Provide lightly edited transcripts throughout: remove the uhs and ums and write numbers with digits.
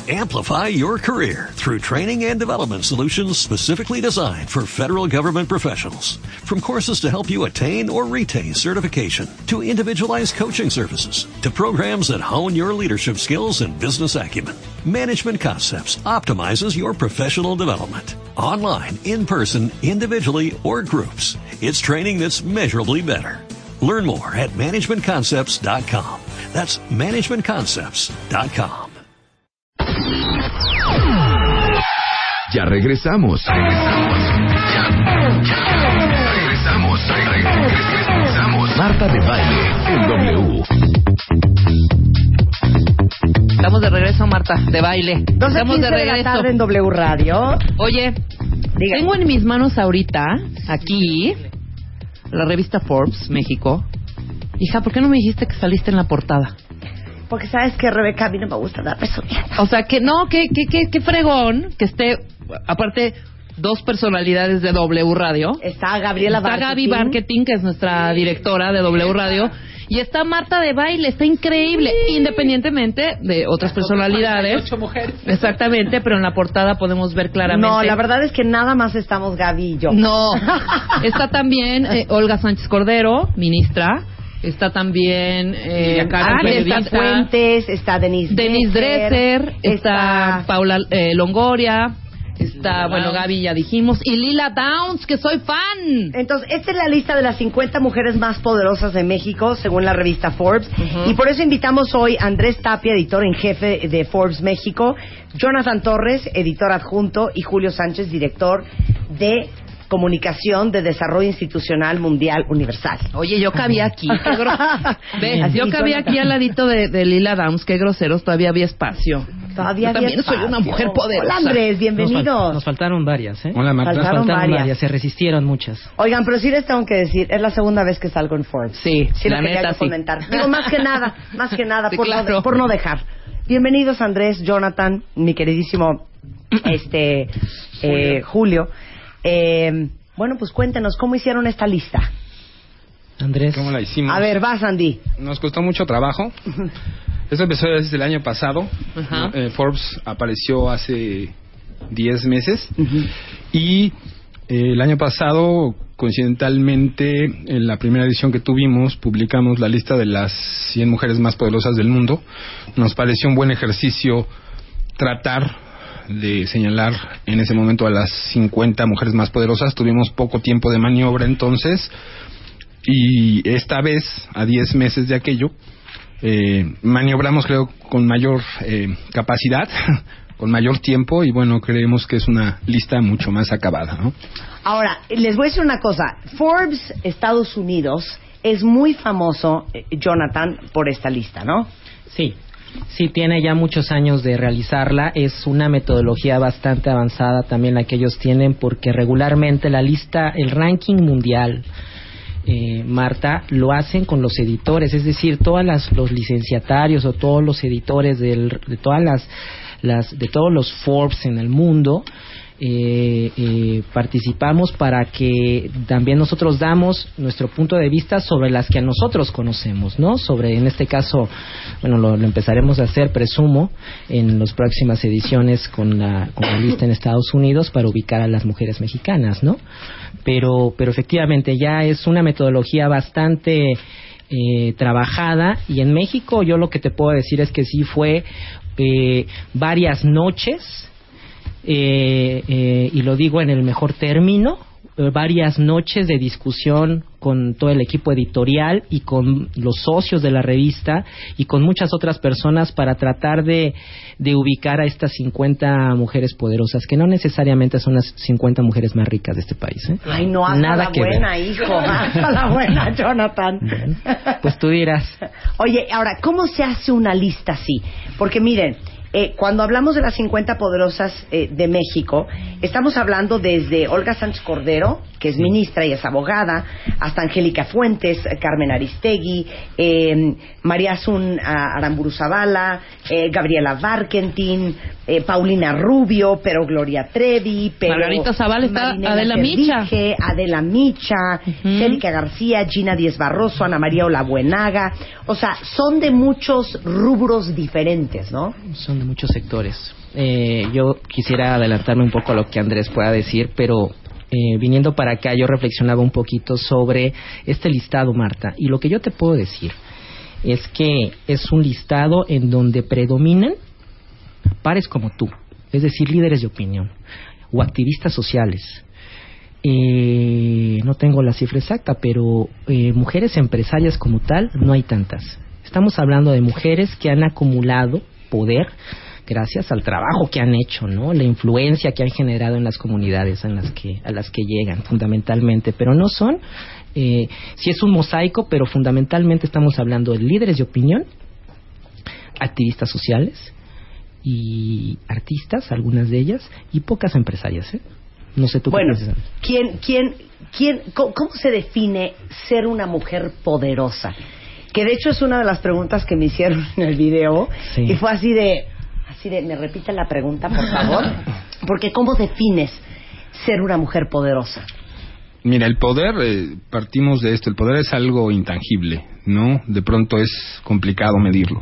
Amplify your career through training and development solutions specifically designed for federal government professionals. From courses to help you attain or retain certification, to individualized coaching services, to programs that hone your leadership skills and business acumen, Management Concepts optimizes your professional development. Online, in person, individually, or groups, it's training that's measurably better. Learn more at managementconcepts.com. That's managementconcepts.com. Ya regresamos. Regresamos. Marta de Baile en W. Estamos de regreso, Marta de Baile. Estamos de regreso. De la tarde en W Radio. Oye, tengo en mis manos ahorita, aquí, la revista Forbes México. Hija, ¿por qué no me dijiste que saliste en la portada? Porque sabes que, Rebeca, a mí no me gusta dar presumiendo. O sea, que no, que fregón que esté, aparte, dos personalidades de W Radio. Está Gabriela Barquetín. Está Gaby Barquetín, que es nuestra directora de W Radio. Y está Marta de Baile, está increíble, independientemente de otras personalidades. 8 mujeres. Exactamente, pero en la portada podemos ver claramente. No, la verdad es que nada más estamos Gaby y yo. No, está también Olga Sánchez Cordero, ministra. Está también está Fuentes, está Denise Dresser, está Paula Longoria, está, bueno, Gaby ya dijimos, y Lila Downs, que soy fan. Entonces, esta es la lista de las 50 mujeres más poderosas de México, según la revista Forbes. Y por eso invitamos hoy a Andrés Tapia, editor en jefe de Forbes México, Jonathan Torres, editor adjunto, y Julio Sánchez, director de Comunicación de Desarrollo Institucional Mundial Universal. Oye, yo cabía aquí. Yo cabía aquí al ladito de Lila Downs. Qué groseros, todavía había espacio. Todavía yo también soy una mujer poderosa. Hola, Andrés, bienvenido. Nos faltaron varias, ¿eh? Hola, Marta. Faltaron varias. Se resistieron muchas. Oigan, pero sí les tengo que decir, es la segunda vez que salgo en Forbes. Sí, la neta, quería sí. comentar. Digo, más que nada, sí, por no dejar. Bienvenidos, Andrés, Jonathan, mi queridísimo Julio. Bueno, pues cuéntenos, ¿cómo hicieron esta lista? Andrés. ¿Cómo la hicimos? A ver, vas, Andy. Nos costó mucho trabajo. Esto empezó desde el año pasado. Forbes apareció hace 10 meses. Y el año pasado, coincidentalmente, en la primera edición que tuvimos, publicamos la lista de las 100 mujeres más poderosas del mundo. Nos pareció un buen ejercicio tratar de señalar en ese momento a las 50 mujeres más poderosas. Tuvimos poco tiempo de maniobra entonces, y esta vez, a 10 meses de aquello, maniobramos, creo, con mayor capacidad, con mayor tiempo, y bueno, creemos que es una lista mucho más acabada, ¿no? Ahora, les voy a decir una cosa. Forbes Estados Unidos es muy famoso, Jonathan, por esta lista, ¿no? Sí, tiene ya muchos años de realizarla. Es una metodología bastante avanzada también la que ellos tienen, porque regularmente la lista, el ranking mundial, Marta, lo hacen con los editores, es decir, los licenciatarios o todos los editores de todas de todos los Forbes en el mundo. Participamos para que también nosotros damos nuestro punto de vista sobre las que a nosotros conocemos, ¿no? Sobre, en este caso, bueno, lo empezaremos a hacer, presumo, en las próximas ediciones con la lista en Estados Unidos para ubicar a las mujeres mexicanas, ¿no? Pero efectivamente ya es una metodología bastante trabajada, y en México yo lo que te puedo decir es que sí fue varias noches, y lo digo en el mejor término, varias noches de discusión con todo el equipo editorial y con los socios de la revista y con muchas otras personas para tratar de ubicar a estas 50 mujeres poderosas, que no necesariamente son las 50 mujeres más ricas de este país, ¿eh? Ay, no, hasta nada la que buena, ver. hijo, hasta la buena, Jonathan. Bueno, pues tú dirás. Oye, ahora, ¿cómo se hace una lista así? Porque miren, cuando hablamos de las 50 poderosas de México, estamos hablando desde Olga Sánchez Cordero, que es ministra y es abogada, hasta Angélica Fuentes, Carmen Aristegui, María Asun Aramburu Zavala, Gabriela Barquetín, Paulina Rubio, pero Gloria Trevi, pero Margarita Zavala, está Adela Micha, Erika García, Gina Díez Barroso, Ana María Olabuenaga. O sea, son de muchos rubros diferentes, ¿no? Son de muchos sectores. Yo quisiera adelantarme un poco a lo que Andrés pueda decir, pero viniendo para acá yo reflexionaba un poquito sobre este listado, Marta, y lo que yo te puedo decir es que es un listado en donde predominan pares como tú, es decir, líderes de opinión o activistas sociales. No tengo la cifra exacta, pero mujeres empresarias como tal no hay tantas. Estamos hablando de mujeres que han acumulado poder gracias al trabajo que han hecho, ¿no? La influencia que han generado en las comunidades a las que llegan, fundamentalmente, pero no son, sí es un mosaico, pero fundamentalmente estamos hablando de líderes de opinión, activistas sociales y artistas, algunas de ellas, y pocas empresarias, ¿eh? No sé tú qué piensas. ¿Cómo se define ser una mujer poderosa? Que de hecho es una de las preguntas que me hicieron en el video, sí. Y fue así de, ¿me repite la pregunta, por favor? Porque ¿cómo defines ser una mujer poderosa? Mira, el poder, partimos de esto, el poder es algo intangible, ¿no? De pronto es complicado medirlo.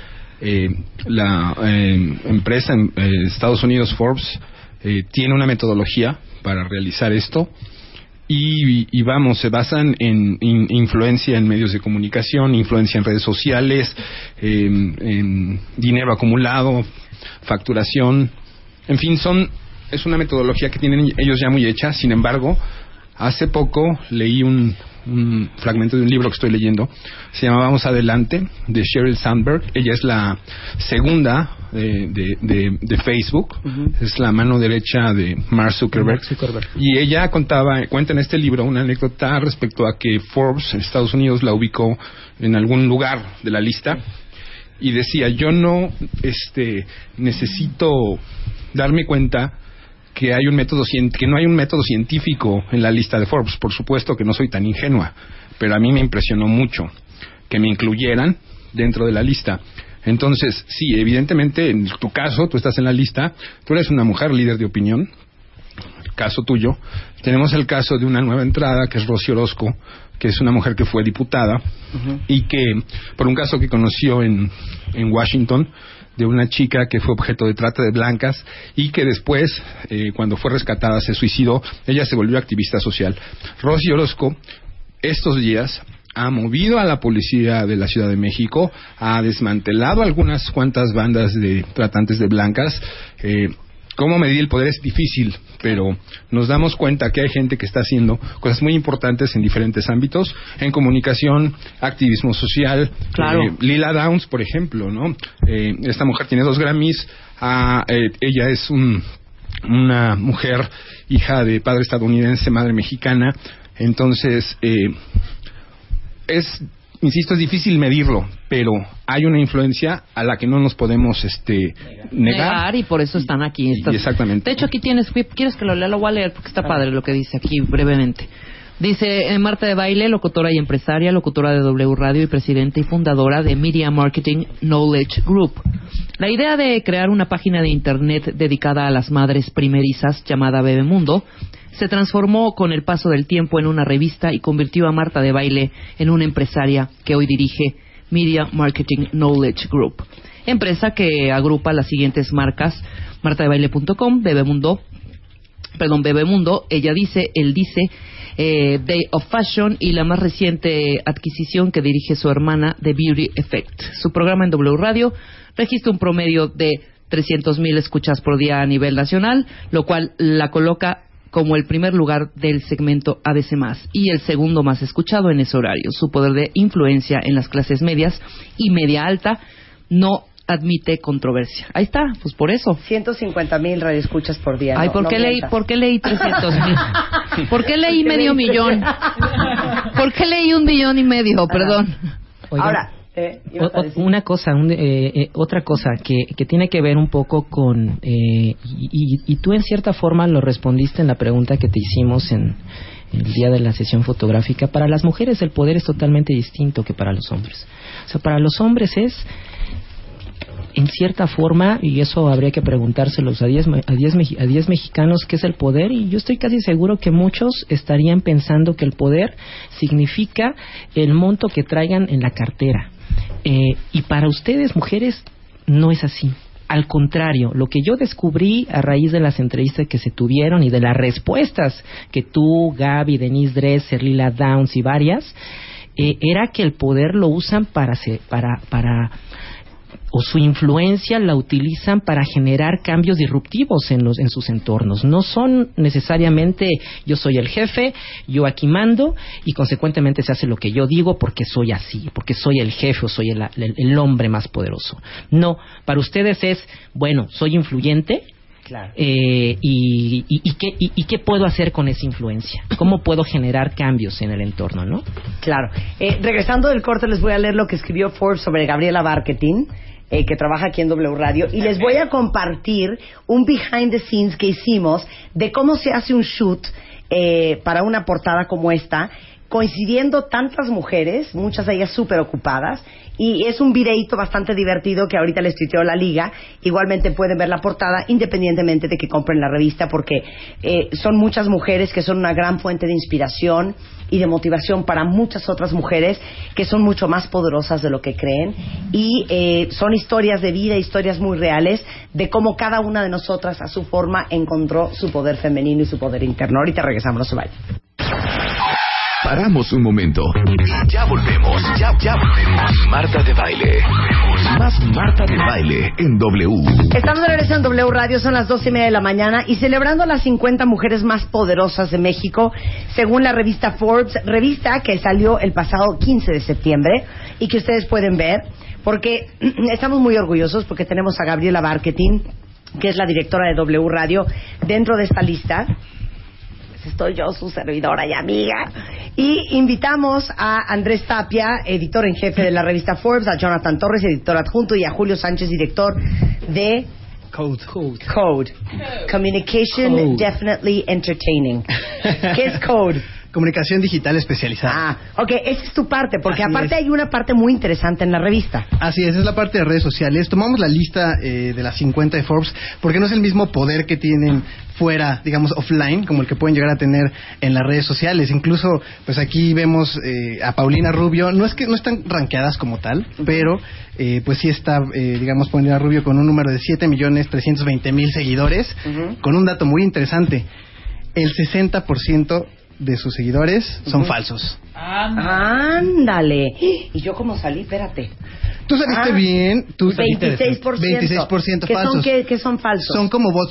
La empresa en Estados Unidos, Forbes, tiene una metodología para realizar esto y vamos, se basan en influencia en medios de comunicación, influencia en redes sociales, en dinero acumulado, facturación, en fin, es una metodología que tienen ellos ya muy hecha. Sin embargo, hace poco leí un fragmento de un libro que estoy leyendo, se llama Vamos Adelante, de Sheryl Sandberg. Ella es la segunda de Facebook, es la mano derecha de Mark Zuckerberg. Y ella cuenta en este libro una anécdota respecto a que Forbes en Estados Unidos la ubicó en algún lugar de la lista y decía, yo no necesito darme cuenta que no hay un método científico en la lista de Forbes. Por supuesto que no soy tan ingenua, pero a mí me impresionó mucho que me incluyeran dentro de la lista. Entonces, sí, evidentemente, en tu caso, tú estás en la lista, tú eres una mujer líder de opinión, el caso tuyo. Tenemos el caso de una nueva entrada, que es Rosy Orozco, que es una mujer que fue diputada, y que, por un caso que conoció en Washington, de una chica que fue objeto de trata de blancas y que después, cuando fue rescatada, se suicidó. Ella se volvió activista social. Rosy Orozco, estos días, ha movido a la policía de la Ciudad de México, ha desmantelado algunas cuantas bandas de tratantes de blancas. Cómo medir el poder es difícil, pero nos damos cuenta que hay gente que está haciendo cosas muy importantes en diferentes ámbitos, en comunicación, activismo social. Claro. Lila Downs, por ejemplo, ¿no? Esta mujer tiene 2 Grammys. Ella es una mujer hija de padre estadounidense, madre mexicana. Entonces, insisto, es difícil medirlo, pero hay una influencia a la que no nos podemos negar, y por eso están aquí. Exactamente. De hecho, aquí ¿quieres que lo lea? Lo voy a leer porque está padre lo que dice aquí brevemente. Dice, Marta de Baile, locutora y empresaria, locutora de W Radio y presidenta y fundadora de Media Marketing Knowledge Group. La idea de crear una página de internet dedicada a las madres primerizas llamada Bebemundo se transformó con el paso del tiempo en una revista y convirtió a Marta de Baile en una empresaria que hoy dirige Media Marketing Knowledge Group, empresa que agrupa las siguientes marcas: martadebaile.com, Bebemundo, ella dice, él dice, Day of Fashion y la más reciente adquisición que dirige su hermana, The Beauty Effect. Su programa en W Radio registra un promedio de 300,000 escuchas por día a nivel nacional, lo cual la coloca como el primer lugar del segmento ABC+, y el segundo más escuchado en ese horario. Su poder de influencia en las clases medias y media alta no admite controversia. Ahí está, pues por eso. 150,000 radioescuchas por día. Ay, ¿por qué leí 300,000? ¿Por qué leí medio millón? ¿Por qué leí 1,5 millones? Perdón. Oigan, ahora, otra cosa que tiene que ver un poco con y tú en cierta forma lo respondiste en la pregunta que te hicimos en el día de la sesión fotográfica. Para las mujeres el poder es totalmente distinto que para los hombres. O sea, para los hombres es en cierta forma, y eso habría que preguntárselos a 10 mexicanos, ¿qué es el poder? Y yo estoy casi seguro que muchos estarían pensando que el poder significa el monto que traigan en la cartera. Y para ustedes, mujeres, no es así. Al contrario, lo que yo descubrí a raíz de las entrevistas que se tuvieron y de las respuestas que tú, Gaby, Denise Dresser, Lila Downs y varias, era que el poder lo usan o su influencia la utilizan para generar cambios disruptivos en sus entornos. No son necesariamente yo soy el jefe, yo aquí mando y consecuentemente se hace lo que yo digo porque soy así, porque soy el jefe o soy el hombre más poderoso. No, para ustedes es, bueno, soy influyente. Claro. ¿Y qué puedo hacer con esa influencia? ¿Cómo puedo generar cambios en el entorno, no? Claro. Regresando del corte, les voy a leer lo que escribió Forbes sobre Gabriela Barquetín, que trabaja aquí en W Radio, y les voy a compartir un behind the scenes que hicimos de cómo se hace un shoot para una portada como esta, coincidiendo tantas mujeres, muchas de ellas súper ocupadas, y es un videíto bastante divertido que ahorita les tuiteó la Liga. Igualmente pueden ver la portada independientemente de que compren la revista, porque son muchas mujeres que son una gran fuente de inspiración y de motivación para muchas otras mujeres que son mucho más poderosas de lo que creen, y son historias de vida, historias muy reales de cómo cada una de nosotras a su forma encontró su poder femenino y su poder interno. Ahorita regresamos, no se vayan. Paramos un momento. Ya volvemos. Ya volvemos. Marta de Baile. Más Marta de Baile en W. Estamos de regreso en W Radio, son las 12:30 de la mañana y celebrando las 50 mujeres más poderosas de México, según la revista Forbes, revista que salió el pasado 15 de septiembre y que ustedes pueden ver, porque estamos muy orgullosos porque tenemos a Gabriela Barquetín, que es la directora de W Radio, dentro de esta lista. Estoy yo, su servidora y amiga. Y invitamos a Andrés Tapia, editor en jefe de la revista Forbes, a Jonathan Torres, editor adjunto, y a Julio Sánchez, director de Code. Communication Code. Definitely Entertaining. ¿Qué es Code? Comunicación digital especializada. Ok, esa es tu parte, porque así aparte hay una parte muy interesante en la revista. Así es la parte de redes sociales. Tomamos la lista de las 50 de Forbes, porque no es el mismo poder que tienen fuera, digamos, offline, como el que pueden llegar a tener en las redes sociales. Incluso, pues aquí vemos a Paulina Rubio, no están rankeadas como tal, pero pues sí está, digamos, Paulina Rubio con un número de 7.320.000 seguidores, con un dato muy interesante. El 60% de sus seguidores son falsos. Ándale. ¿Y yo cómo salí? Espérate. Tú saliste bien. Tú 26%. 26% falsos. ¿Qué son falsos? Son como bots,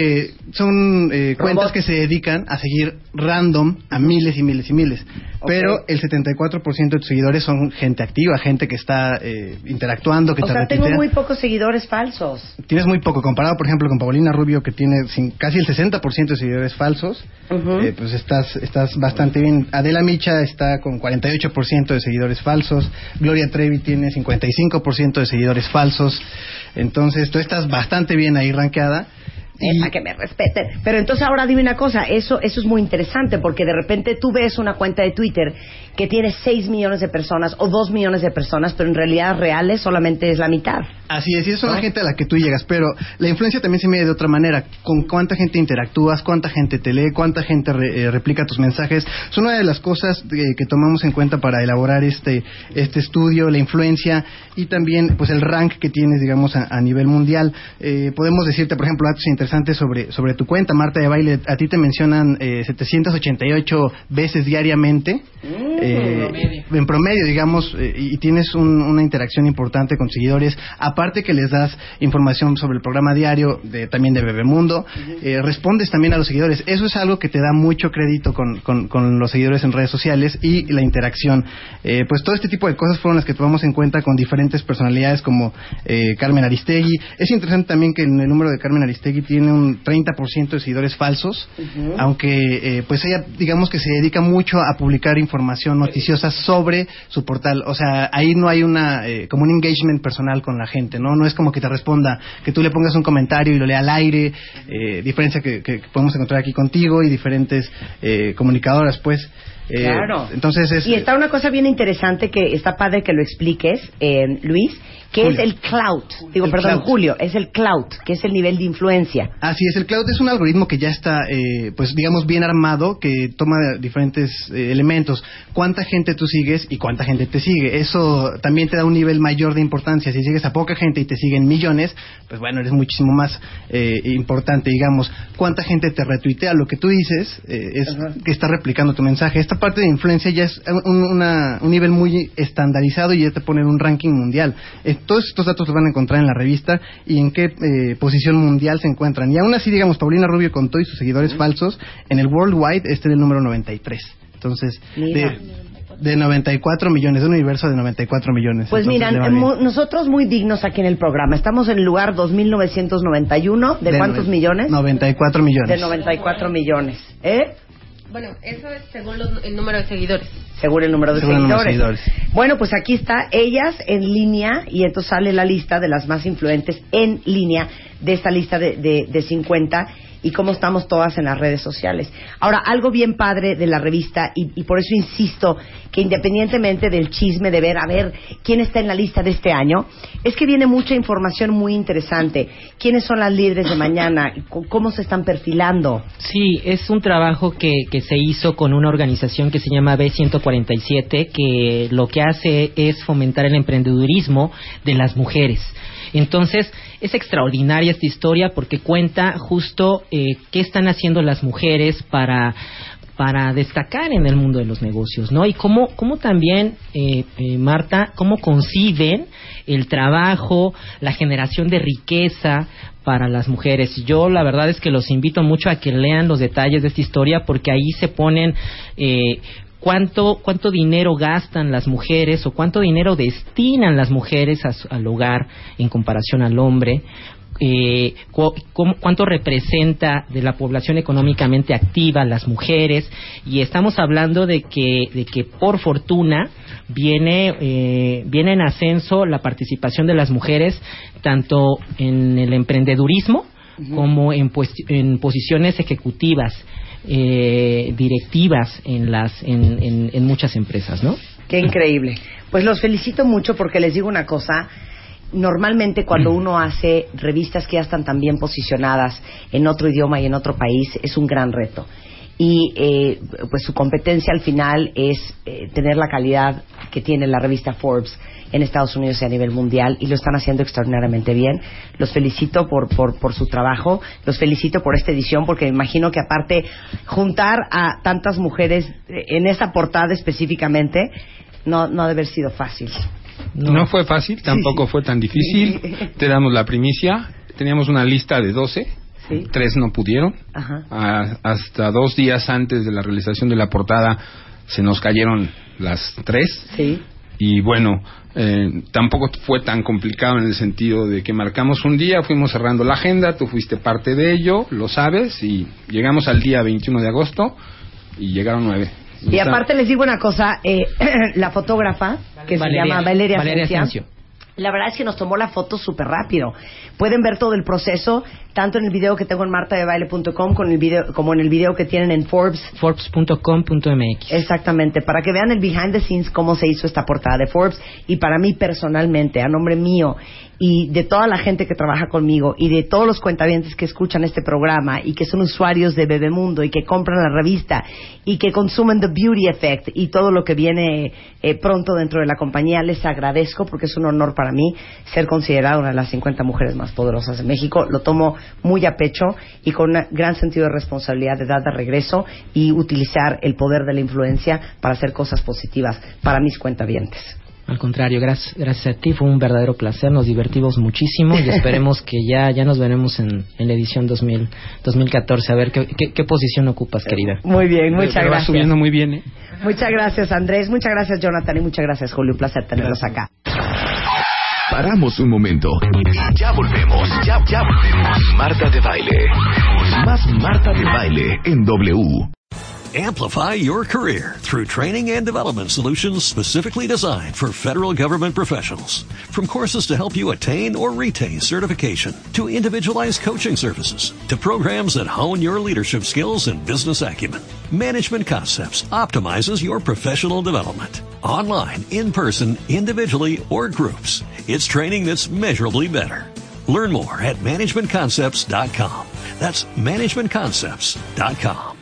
son cuentas que se dedican a seguir random a miles y miles y miles. Okay. Pero el 74% de tus seguidores son gente activa, gente que está interactuando, que te retuitea. Tengo muy pocos seguidores falsos. Tienes muy poco, comparado por ejemplo con Paulina Rubio, que tiene casi el 60% de seguidores falsos. Pues estás bastante bien. Adela Micha está con 48% de seguidores falsos. Gloria Trevi tiene 55% de seguidores falsos. Entonces tú estás bastante bien ahí rankeada. Para que me respeten. Pero entonces ahora dime una cosa, eso es muy interesante, porque de repente tú ves una cuenta de Twitter que tiene 6 millones de personas o 2 millones de personas, pero en realidad reales solamente es la mitad. Así es, y es una gente a la que tú llegas, pero la influencia también se mide de otra manera, con cuánta gente interactúas, cuánta gente te lee, cuánta gente replica tus mensajes. Es una de las cosas que tomamos en cuenta para elaborar este estudio, la influencia y también pues el rank que tienes, digamos, a nivel mundial. Podemos decirte, por ejemplo, datos interesantes sobre tu cuenta, Marta de Baile. A ti te mencionan 788 veces diariamente, en promedio, digamos, y tienes una interacción importante con seguidores, aparte que les das información sobre el programa diario también de Bebemundo. Respondes también a los seguidores. Eso es algo que te da mucho crédito con los seguidores en redes sociales y la interacción. Pues todo este tipo de cosas fueron las que tomamos en cuenta con diferentes personalidades como Carmen Aristegui. Es interesante también que en el número de Carmen Aristegui tiene tiene un 30% de seguidores falsos, aunque pues ella digamos que se dedica mucho a publicar información noticiosa sobre su portal. O sea, ahí no hay una como un engagement personal con la gente, no es como que te responda, que tú le pongas un comentario y lo lea al aire, diferencia que podemos encontrar aquí contigo y diferentes comunicadoras, pues. Claro. Entonces y está una cosa bien interesante que está padre que lo expliques, Luis, que Julio. es el clout. Julio, es el clout, que es el nivel de influencia. Así es, el clout es un algoritmo que ya está, pues digamos, bien armado, que toma diferentes elementos. Cuánta gente tú sigues y cuánta gente te sigue. Eso también te da un nivel mayor de importancia. Si sigues a poca gente y te siguen millones, pues bueno, eres muchísimo más importante, digamos. Cuánta gente te retuitea lo que tú dices, es que está replicando tu mensaje. Esta parte de influencia ya es un nivel muy estandarizado y ya te pone en un ranking mundial. Todos estos datos los van a encontrar en la revista y en qué posición mundial se encuentran. Y aún así, digamos, Paulina Rubio con todos sus seguidores falsos, en el Worldwide está en el número 93. Entonces, de 94 millones, de un universo de 94 millones. Pues mira, nosotros muy dignos aquí en el programa. Estamos en el lugar 2991. ¿De cuántos millones? 94 millones. De 94 millones. Bueno, eso es según el número de seguidores. Según el número de seguidores. Bueno, pues aquí está, ellas en línea, y entonces sale la lista de las más influentes en línea de esta lista de 50 y cómo estamos todas en las redes sociales. Ahora, algo bien padre de la revista, y por eso insisto que independientemente del chisme de ver a ver quién está en la lista de este año, es que viene mucha información muy interesante. ¿Quiénes son las líderes de mañana? ¿Cómo se están perfilando? Sí, es un trabajo que se hizo con una organización que se llama B147, que lo que hace es fomentar el emprendedurismo de las mujeres. Entonces, es extraordinaria esta historia porque cuenta justo qué están haciendo las mujeres para destacar en el mundo de los negocios, ¿no? Y cómo también, Marta, cómo conciben el trabajo, la generación de riqueza para las mujeres. Yo la verdad es que los invito mucho a que lean los detalles de esta historia porque ahí se ponen cuánto dinero gastan las mujeres o cuánto dinero destinan las mujeres al hogar en comparación al hombre, cuánto representa de la población económicamente activa las mujeres, y estamos hablando de que por fortuna viene en ascenso la participación de las mujeres tanto en el emprendedurismo como en posiciones ejecutivas, directivas en muchas empresas, ¿no? Qué increíble. Pues los felicito mucho porque les digo una cosa. Normalmente cuando uno hace revistas que ya están tan bien posicionadas en otro idioma y en otro país, es un gran reto. Y pues su competencia al final es tener la calidad que tiene la revista Forbes en Estados Unidos y a nivel mundial, y lo están haciendo extraordinariamente bien. Los felicito por su trabajo, los felicito por esta edición, porque me imagino que aparte juntar a tantas mujeres en esa portada específicamente no ha de haber sido fácil. No fue fácil, tampoco fue tan difícil. Te damos la primicia. Teníamos una lista de 12. Sí. 3 no pudieron. Hasta 2 días antes de la realización de la portada se nos cayeron las 3. Sí. Y bueno, tampoco fue tan complicado en el sentido de que marcamos un día, fuimos cerrando la agenda, tú fuiste parte de ello, lo sabes, y llegamos al día 21 de agosto y llegaron 9. Y aparte les digo una cosa, la fotógrafa, que se llama Valeria Asensio, la verdad es que nos tomó la foto súper rápido. Pueden ver todo el proceso, tanto en el video que tengo en martadebaile.com como en el video que tienen en Forbes.com.mx. Exactamente, para que vean el behind the scenes, cómo se hizo esta portada de Forbes. Y para mí personalmente, a nombre mío y de toda la gente que trabaja conmigo y de todos los cuentavientes que escuchan este programa y que son usuarios de Bebemundo y que compran la revista y que consumen The Beauty Effect y todo lo que viene pronto dentro de la compañía, les agradezco porque es un honor para mí ser considerada una de las 50 mujeres más poderosas de México. Lo tomo muy a pecho y con un gran sentido de responsabilidad de dar de regreso y utilizar el poder de la influencia para hacer cosas positivas para mis cuentavientes. Al contrario, gracias a ti, fue un verdadero placer, nos divertimos muchísimo y esperemos que ya nos veremos en la edición 2014, a ver qué posición ocupas, querida. Muy bien, muchas gracias. Va subiendo muy bien, ¿eh? Muchas gracias, Andrés, muchas gracias, Jonathan, y muchas gracias, Julio, un placer tenerlos acá. Paramos un momento. Ya volvemos. Ya volvemos. Marta de Baile. Más Marta de Baile en W. Amplify your career through training and development solutions specifically designed for federal government professionals. From courses to help you attain or retain certification, to individualized coaching services, to programs that hone your leadership skills and business acumen, Management Concepts optimizes your professional development. Online, in person, individually, or groups, it's training that's measurably better. Learn more at managementconcepts.com. That's managementconcepts.com.